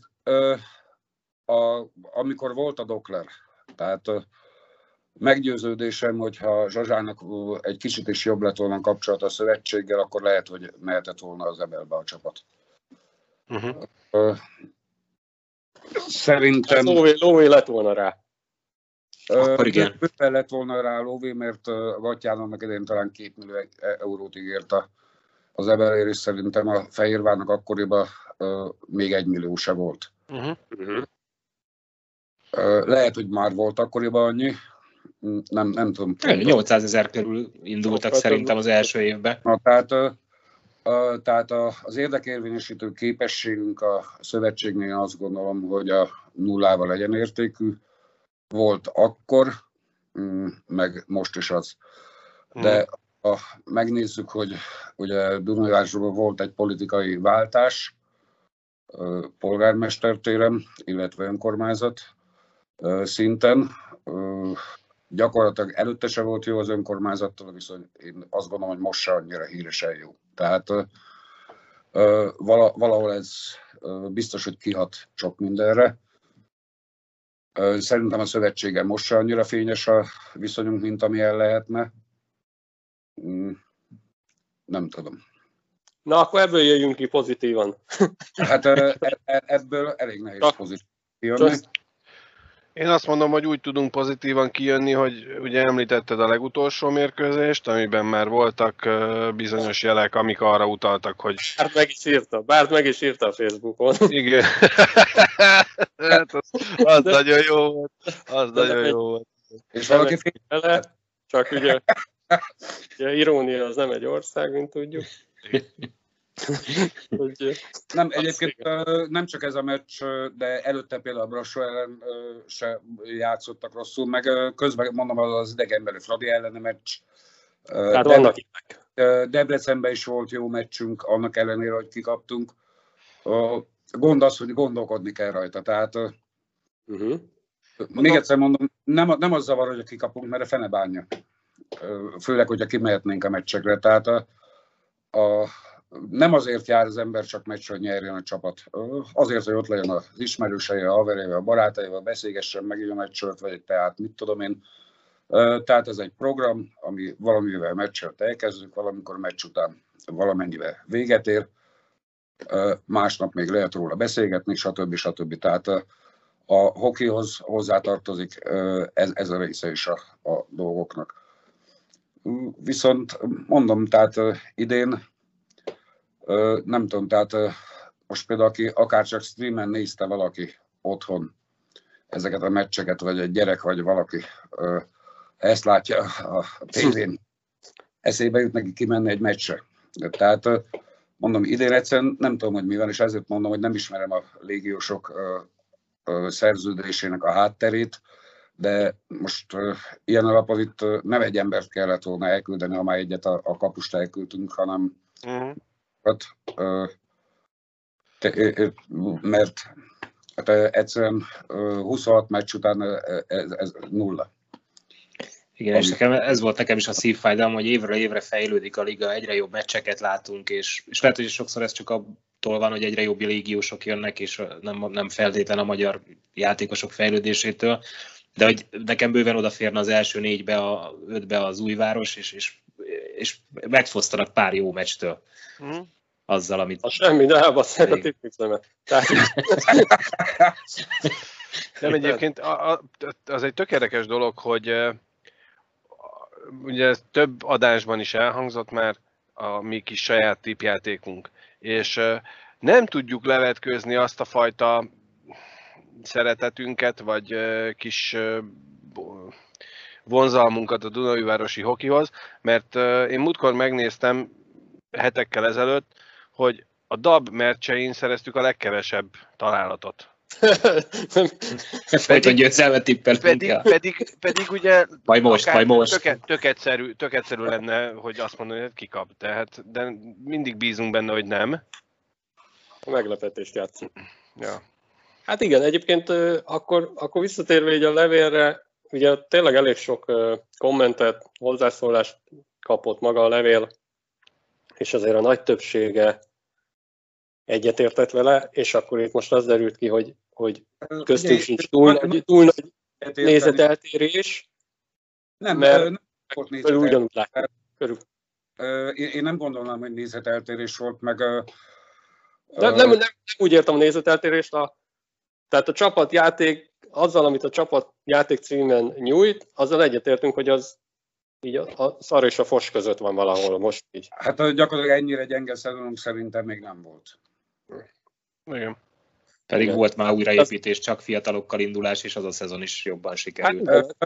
amikor volt a Dokler, tehát meggyőződésem, hogyha Zsazsának egy kicsit is jobb lett volna kapcsolat a szövetséggel, akkor lehet, hogy mehetett volna az Ebelbe a csapat. Szerintem... Lóvé lett volna rá. Akkor igen. Bőven lett volna rá Lóvé, mert Gattyán annak idején talán 2 millió eurót ígért az Ebelért, és szerintem a Fehérvárnak akkoriban még 1 millió se volt. Lehet, hogy már volt akkoriban annyi. Nem tudom. 800 000 körül indultak szerintem az első évben. Na, tehát az érdekérvényesítő képességünk a szövetségnél azt gondolom, hogy a nullával legyen értékű. Volt akkor, meg most is az. De megnézzük, hogy ugye Dunajvárosban volt egy politikai váltás polgármestertéren, illetve önkormányzat szinten. Gyakorlatilag előtte se volt jó az önkormányzattal, viszont én azt gondolom, hogy most se annyira híresen jó. Tehát valahol ez biztos, hogy kihat sok mindenre. Szerintem a szövetségen most se annyira fényes a viszonyunk, mint amilyen lehetne. Nem tudom. Na, akkor ebből jöjjünk ki pozitívan. Hát ebből elég nehéz pozitívan kijönni. Én azt mondom, hogy úgy tudunk pozitívan kijönni, hogy ugye említetted a legutolsó mérkőzést, amiben már voltak bizonyos jelek, amik arra utaltak, hogy... Bárt meg is írta a Facebookon. Igen. az nagyon jó volt. Az nagyon jó volt. És valaki vele, csak ugye irónia az nem egy ország, mint tudjuk. Nem, egyébként nem csak ez a meccs, de előtte például a Brassó ellen se játszottak rosszul, meg közben mondom az idegenbeli Fradi elleni meccs. Tehát vannak ilyenek. Debrecenben is volt jó meccsünk, annak ellenére, hogy kikaptunk. Gond az, hogy gondolkodni kell rajta. Tehát még egyszer mondom, nem az zavar, hogy kikapunk, mert a fene bánja. Főleg, hogyha kimehetnénk a meccsekre. Tehát nem azért jár az ember csak meccs, hogy nyerjen a csapat. Azért, hogy ott legyen az ismerősei, a haverjaival, a barátaival, beszélgessen meg így a meccsölt, vagy egy teát, mit tudom én. Tehát ez egy program, ami valamivel meccselt elkezdünk, valamikor meccs után valamennyivel véget ér. Másnap még lehet róla beszélgetni, stb. Tehát a hokihoz hozzátartozik ez a része is a dolgoknak. Viszont mondom, tehát idén nem tudom, tehát most például aki akár csak streamen nézte valaki otthon ezeket a meccseket, vagy egy gyerek, vagy valaki ezt látja a tévén, eszébe jut neki kimenni egy meccsre. Tehát mondom, idén egyszerűen nem tudom, hogy mi van, és ezért mondom, hogy nem ismerem a légiósok szerződésének a hátterét, de most ilyen alapon itt nem egy embert kellett volna elküldeni, ha már egyet a kapust elküldtünk, hanem mert hát egyszerűen 26 meccs után ez nulla. Igen, és ez volt nekem is a szívfájdalom, hogy évről évre fejlődik a liga, egyre jobb meccseket látunk, és lehet, hogy sokszor ez csak a attól van, hogy egyre jobb légiósok jönnek, és nem feltétlen a magyar játékosok fejlődésétől, de hogy nekem bőven odaférne az első 5-be az Újváros, és megfosztanak pár jó meccstől. Azzal, amit... A semmi, de elbasszák a tipmixemet. Nem, egyébként az egy tök érdekes dolog, hogy ugye ez több adásban is elhangzott már a mi kis saját tippjátékunk, és nem tudjuk levetkőzni azt a fajta szeretetünket, vagy kis vonzalmunkat a Dunaújvárosi hokihoz, mert én múltkor megnéztem hetekkel ezelőtt, hogy a DAB meccsein szereztük a legkevesebb találatot. Folyton győzelmet tippelünk el. Pedig ugye majd most. Tök egyszerű lenne, hogy azt mondani, hogy kikap. De mindig bízunk benne, hogy nem. A meglepetést játszunk. Ja. Hát igen, egyébként akkor visszatérve így a levélre, ugye tényleg elég sok kommentet, hozzászólást kapott maga a levél, és azért a nagy többsége egyetértett vele, és akkor itt most az derült ki, hogy köztünk sincs túl nagy nézeteltérés. Nem volt nézeteltérés. Én nem gondolnám, hogy nézeteltérés volt, meg... Nem úgy értem a nézeteltérést, tehát a csapatjáték, azzal, amit a csapatjáték címen nyújt, azzal egyetértünk, hogy az így a szar és a fos között van valahol most így. Hát gyakorlatilag ennyire gyenge szezonunk szerintem még nem volt. Igen. Pedig igen. Volt már újraépítés, csak fiatalokkal indulás, és az a szezon is jobban sikerült.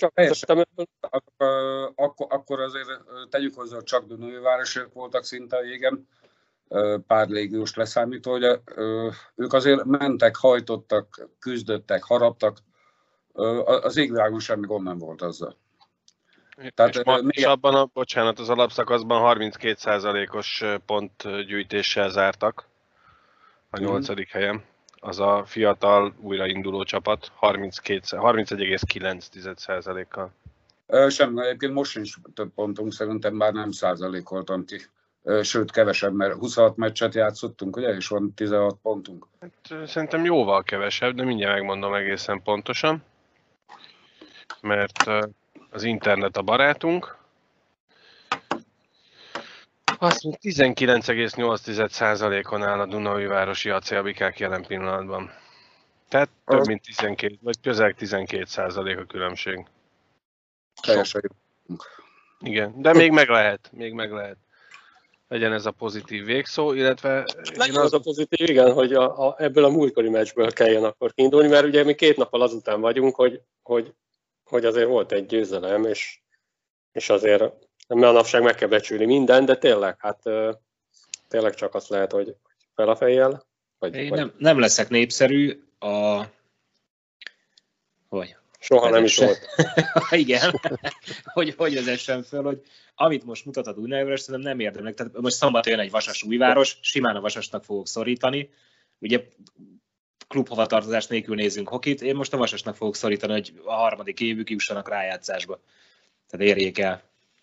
Akkor azért tegyük hozzá, hogy csak Dunaújvárosok voltak szinte a jégen, pár légióst leszámítva, hogy ők azért mentek, hajtottak, küzdöttek, haraptak, az égvilágon semmi gond nem volt azzal. És abban az alapszakaszban 32%-os pontgyűjtéssel zártak a 8. helyen. Az a fiatal, újrainduló csapat 31,9%-kal. Semmi, egyébként most sincs több pontunk, szerintem már nem százalékoltam ki. Sőt, kevesebb, mert 26 meccset játszottunk, ugye, és van 16 pontunk. Hát, szerintem jóval kevesebb, de mindjárt megmondom egészen pontosan. Mert az internet a barátunk. Azt mondja, 19,8%-on áll a Dunaújvárosi acélbikák jelen pillanatban. Tehát több mint 12, vagy közel 12% a különbség. Teljesen jó. Igen, de még meg lehet. Legyen ez a pozitív végszó, illetve... Legyen az a pozitív, igen, hogy ebből a múltkori meccsből kelljen akkor kiindulni, mert ugye mi 2 nappal azután vagyunk, hogy azért volt egy győzelem, és azért manapság meg kell becsülni minden, de tényleg, hát tényleg csak azt lehet, hogy fel a fejjel. Nem leszek népszerű, soha nem is volt. Igen, hogy vezessem föl, hogy amit most mutat a Dunaújváros, szerintem nem érdemlik. Tehát most szombaton jön egy Vasas Újváros, simán a Vasasnak fogok szorítani. Ugye klubhovatartozás nélkül nézünk hokit, én most a Vasasnak fogok szorítani, hogy a 3. évük jussanak rájátszásba. Tehát érjék el.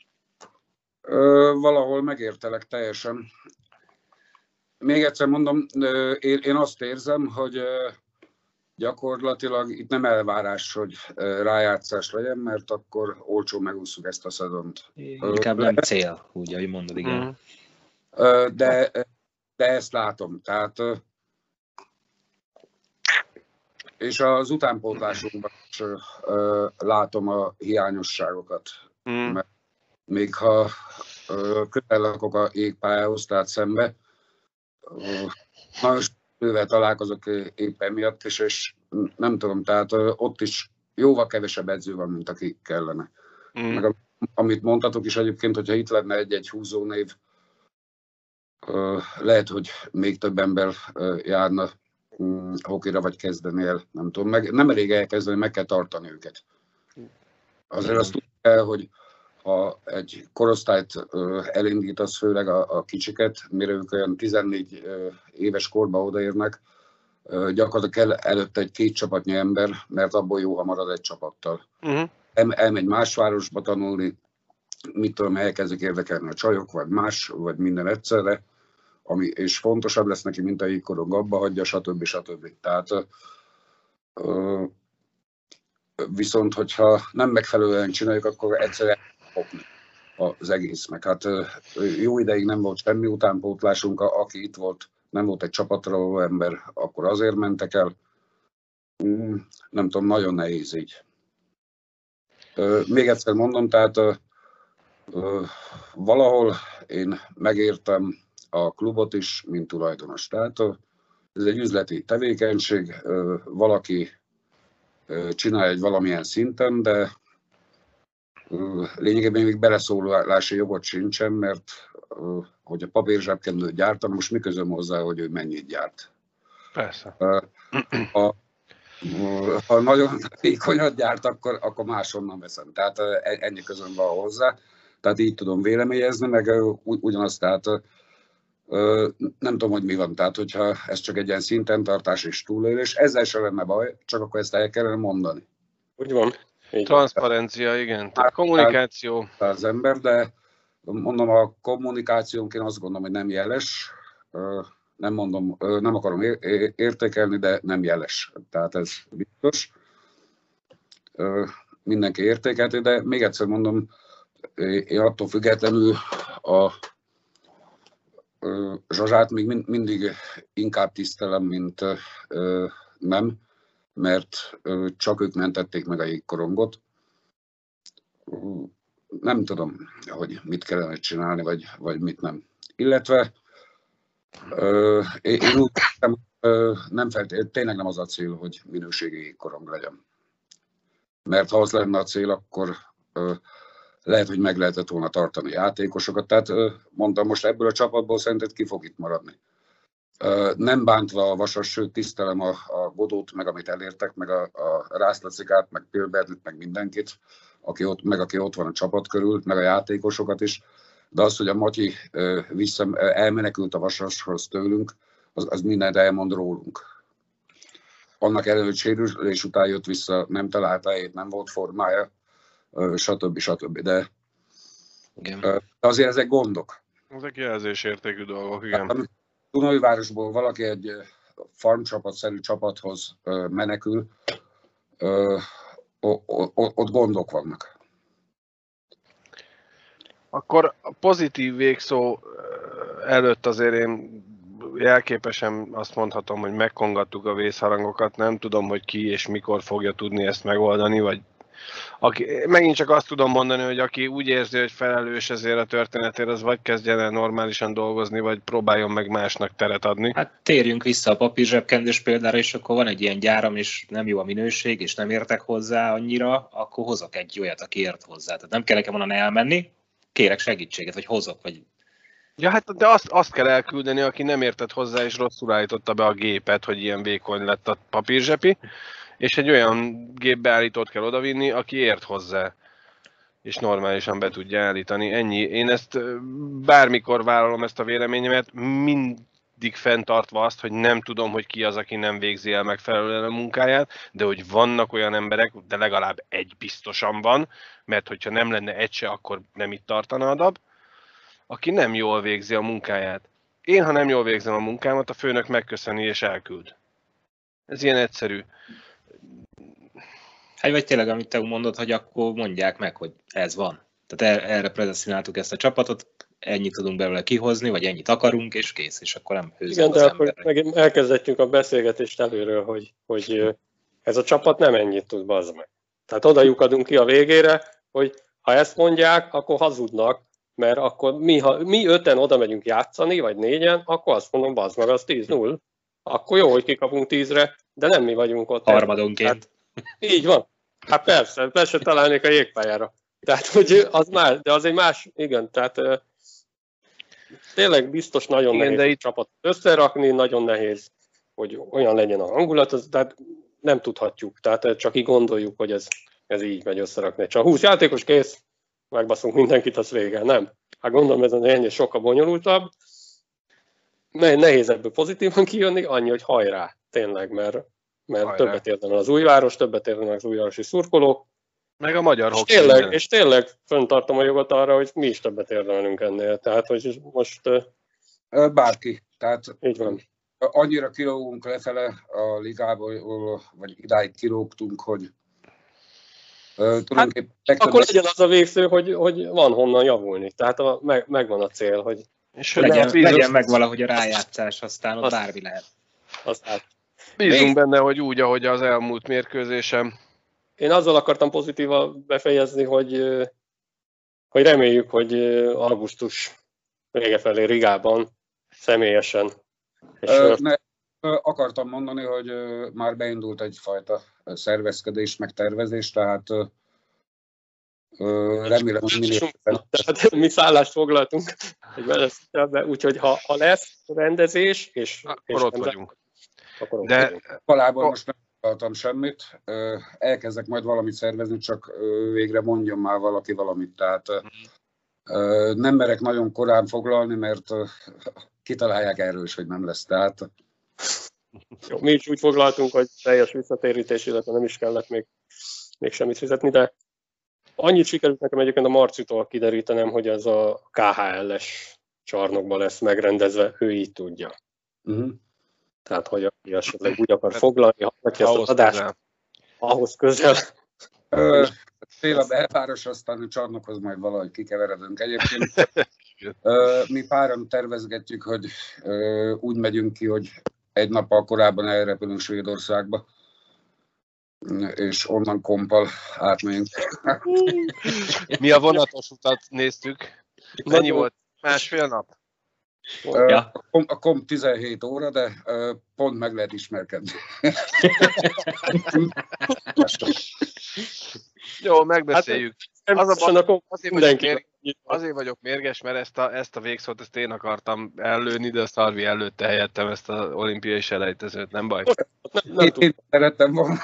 Valahol megértelek teljesen. Még egyszer mondom, én azt érzem, hogy gyakorlatilag itt nem elvárás, hogy rájátszás legyen, mert akkor olcsó megúszuk ezt a szezont. Inkább nem cél, úgy, ahogy mondod, igen. De ezt látom. Tehát, és az utánpótlásunkban is látom a hiányosságokat. Mert még ha közel lakok a jégpályához, tehát szembe, nagyon ővel találkozok éppen miatt, és nem tudom, tehát ott is jóval kevesebb edző van, mint aki kellene. Meg amit mondhatok is egyébként, hogyha itt lenne egy húzónév, lehet, hogy még több ember járna hokira, vagy kezdeni el, nem tudom. Nem elég elkezdeni, meg kell tartani őket. Azért azt tudni kell, hogy ha egy korosztályt elindítasz, főleg a kicsiket, mire ők olyan 14 éves korba odaérnek, gyakorlatilag kell előtte egy 2 csapatnyi ember, mert abból jó, ha marad egy csapattal. Elmegy más városba tanulni, mit tudom, elkezdik érdekelni a csajok, vagy más, vagy minden egyszerre, és fontosabb lesz neki, mint a jégkorong, abba hagyja, stb. Tehát viszont, hogyha nem megfelelően csináljuk, akkor egyszerűen kopni az egész. Meg hát jó ideig nem volt semmi utánpótlásunk, aki itt volt, nem volt egy csapatra való ember, akkor azért mentek el. Nem tudom, nagyon nehéz így. Még egyszer mondom, tehát valahol én megértem a klubot is, mint tulajdonos. Tehát ez egy üzleti tevékenység, valaki csinál egy valamilyen szinten, de lényegében még beleszólási jogot sincsen, mert hogy a papírzsebkendőt gyártan, most mi közöm hozzá, hogy ő mennyit gyárt. Persze. Ha nagyon vékonyat gyárt, akkor máshonnan veszem. Tehát ennyi közöm van hozzá. Tehát így tudom véleményezni, meg ugyanazt, tehát nem tudom, hogy mi van. Tehát, hogyha ez csak egy ilyen szinten tartás és túlélés, ezzel sem lenne baj, csak akkor ezt el kellene mondani. Úgy van. Transzparencia, igen. Tehát kommunikáció. Az ember, de mondom, a kommunikációnk én azt gondolom, hogy nem jeles. Nem mondom, nem akarom értékelni, de nem jeles. Tehát ez biztos. Mindenki értékelti, de még egyszer mondom, én attól függetlenül a Zsazsát még mindig inkább tisztelem, mint nem, mert csak ők mentették meg a jégkorongot. Nem tudom, hogy mit kellene csinálni, vagy mit nem. Illetve én úgy nem tényleg nem az a cél, hogy minőségi jégkorong legyen. Mert ha az lenne a cél, akkor lehet, hogy meg lehetett volna tartani játékosokat. Tehát mondtam, most ebből a csapatból szerinted ki fog itt maradni. Nem bántva a Vasas, sőt tisztelem a Godót, meg amit elértek, meg a Rászlacikát, meg Pilberlit, meg mindenkit, aki ott van a csapat körül, meg a játékosokat is. De az, hogy a Matyi elmenekült a Vasashoz tőlünk, az mindent elmond rólunk. Annak ellenére, hogy sérülés után jött vissza, nem találta helyét, nem volt formája, stb. De azért ezek gondok. Ezek jelzésértékű dolgok, igen. Dunajvárosból valaki egy farmcsapatszerű csapathoz menekül, ott gondok vannak. Akkor a pozitív végszó előtt azért én jelképesen azt mondhatom, hogy megkongattuk a vészharangokat. Nem tudom, hogy ki és mikor fogja tudni ezt megoldani, vagy megint csak azt tudom mondani, hogy aki úgy érzi, hogy felelős ezért a történetért, az vagy kezdjen el normálisan dolgozni, vagy próbáljon meg másnak teret adni. Hát térjünk vissza a papírzsebkendős példára, és akkor van egy ilyen gyáram, és nem jó a minőség, és nem értek hozzá annyira, akkor hozok egy olyat, aki ért hozzá. Tehát nem kell nekem onnan elmenni, kérek segítséget, vagy hozok, vagy... Ja, hát de azt kell elküldeni, aki nem értett hozzá, és rosszul állította be a gépet, hogy ilyen vékony lett a papírzsepi, és egy olyan gépbeállítót kell odavinni, aki ért hozzá, és normálisan be tudja állítani. Ennyi. Én ezt bármikor vállalom ezt a véleményemet, mindig fenntartva azt, hogy nem tudom, hogy ki az, aki nem végzi el megfelelően a munkáját, de hogy vannak olyan emberek, de legalább egy biztosan van, mert hogyha nem lenne egy se, akkor nem itt tartana a dab, aki nem jól végzi a munkáját. Én, ha nem jól végzem a munkámat, a főnök megköszöni és elküld. Ez ilyen egyszerű. Hát vagy tényleg, amit te mondod, hogy akkor mondják meg, hogy ez van. Tehát erre predesztináltuk ezt a csapatot, ennyit tudunk belőle kihozni, vagy ennyit akarunk, és kész, és akkor nem hőzünk az emberek. Igen, de akkor elkezdhetjük a beszélgetést előről, hogy ez a csapat nem ennyit tud, bazd meg. Tehát oda lyukadunk ki a végére, hogy ha ezt mondják, akkor hazudnak, mert akkor mi öten oda megyünk játszani, vagy négyen, akkor azt mondom, bazd meg, az 10-0. Akkor jó, hogy kikapunk 10-re, de nem mi vagyunk ott. Harmadonként. Hát, így van. Hát persze találnék a jégpályára. Tehát, hogy az más, de az egy más, igen, tehát tényleg biztos nagyon igen, nehéz itt csapatot összerakni, nagyon nehéz, hogy olyan legyen a hangulat, tehát nem tudhatjuk, tehát csak így gondoljuk, hogy ez így megy összerakni. Csak 20 játékos kész, megbaszunk mindenkit, az vége, nem. Hát gondolom, ez ennél sokkal bonyolultabb, nehéz ebből pozitívan kijönni, annyi, hogy hajrá, tényleg, mert többet érdemel az Újváros, többet érdemel az újvárosi szurkolók. Meg a magyar hoki. És tényleg fenntartom a jogot arra, hogy mi is többet érdemelünk ennél. Tehát, hogy most Bárki. Tehát Így van. annyira kilógunk lefele a ligából, vagy idáig kilógtunk, hogy tulajdonképpen... Akkor legyen az a végsző, hogy van honnan javulni. Tehát megvan a cél, hogy... És legyen meg valahogy a rájátszás, aztán ott bármi lehet. Bízunk benne, hogy úgy, ahogy az elmúlt mérkőzésem. Én azzal akartam pozitívan befejezni, hogy reméljük, hogy augusztus vége felé Rigában személyesen. Akartam mondani, hogy már beindult egyfajta szervezkedés, megtervezés, tehát remélem, hogy minél... Tehát mi szállást foglaltunk egy Velencében, úgyhogy ha lesz rendezés, és ott vagyunk. De valában most nem találtam semmit, elkezdek majd valamit szervezni, csak végre mondjon már valaki valamit, tehát nem merek nagyon korán foglalni, mert kitalálják erről is, hogy nem lesz, tehát... Jó, mi is úgy foglaltunk, hogy teljes visszatérítés, illetve nem is kellett még semmit fizetni, de annyit sikerült nekem egyébként a Marcitól kiderítenem, hogy ez a KHL-es csarnokban lesz megrendezve, ő így tudja. Tehát, hogy aki esetleg úgy akar foglalni, hallgatja ezt az adást, ahhoz közel. Fél a belváros, aztán a csarnokhoz majd valahogy kikeveredünk. Egyébként mi páran tervezgetjük, hogy úgy megyünk ki, hogy egy nappal korábban elrepülünk Svédországba, és onnan kompal átmegyünk. Mi a vonatos utat néztük. Mennyi volt? Másfél nap? A komp 17 óra, de pont meg lehet ismerkedni. Jó, megbeszéljük. Azért vagyok mérges, mert ezt a végszót ezt én akartam ellőni, de a Szarvi előtte helyettem ezt az olimpiai selejtezőt, nem baj. Én szerettem volna.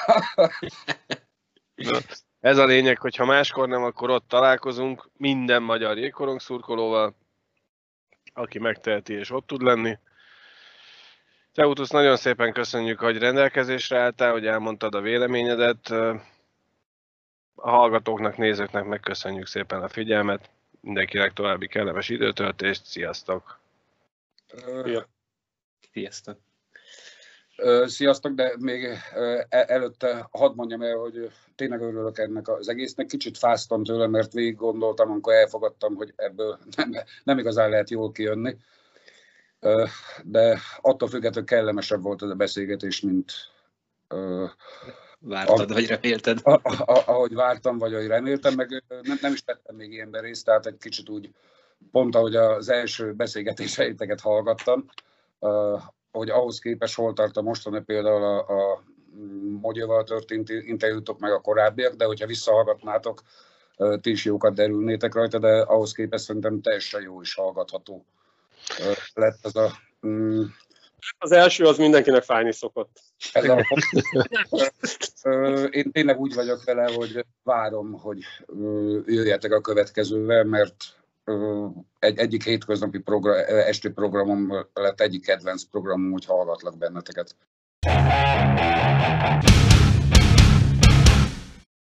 Ez a lényeg, hogy ha máskor nem, akkor ott találkozunk minden magyar jégkorong szurkolóval, aki megteheti és ott tud lenni. Teutusz, nagyon szépen köszönjük, hogy rendelkezésre álltál, hogy elmondtad a véleményedet. A hallgatóknak, nézőknek megköszönjük szépen a figyelmet. Mindenkinek további kellemes időtöltést. Sziasztok! Sziasztok! Sziasztok, de még előtte hadd mondjam el, hogy tényleg örülök ennek az egésznek. Kicsit fáztam tőle, mert végig gondoltam, amikor elfogadtam, hogy ebből nem igazán lehet jól kijönni. De attól függetlenül kellemesebb volt ez a beszélgetés, mint... Vártad, vagy remélted? Ahogy vártam, vagy ahogy reméltem, meg nem is tettem még ilyenben részt, tehát egy kicsit úgy, pont ahogy az első beszélgetéseiteket hallgattam, hogy ahhoz képest hol tart a mostani például a Mogyival történt interjútok meg a korábbiak, de hogyha visszahallgatnátok, ti is jókat derülnétek rajta, de ahhoz képest szerintem teljesen jó is hallgatható lett ez a... Az első az mindenkinek fájni szokott. Én tényleg úgy vagyok vele, hogy várom, hogy jöjjetek a következővel, mert egyik hétköznapi esti programom lett egyik kedvenc programom, hogy hallgatlak benneteket.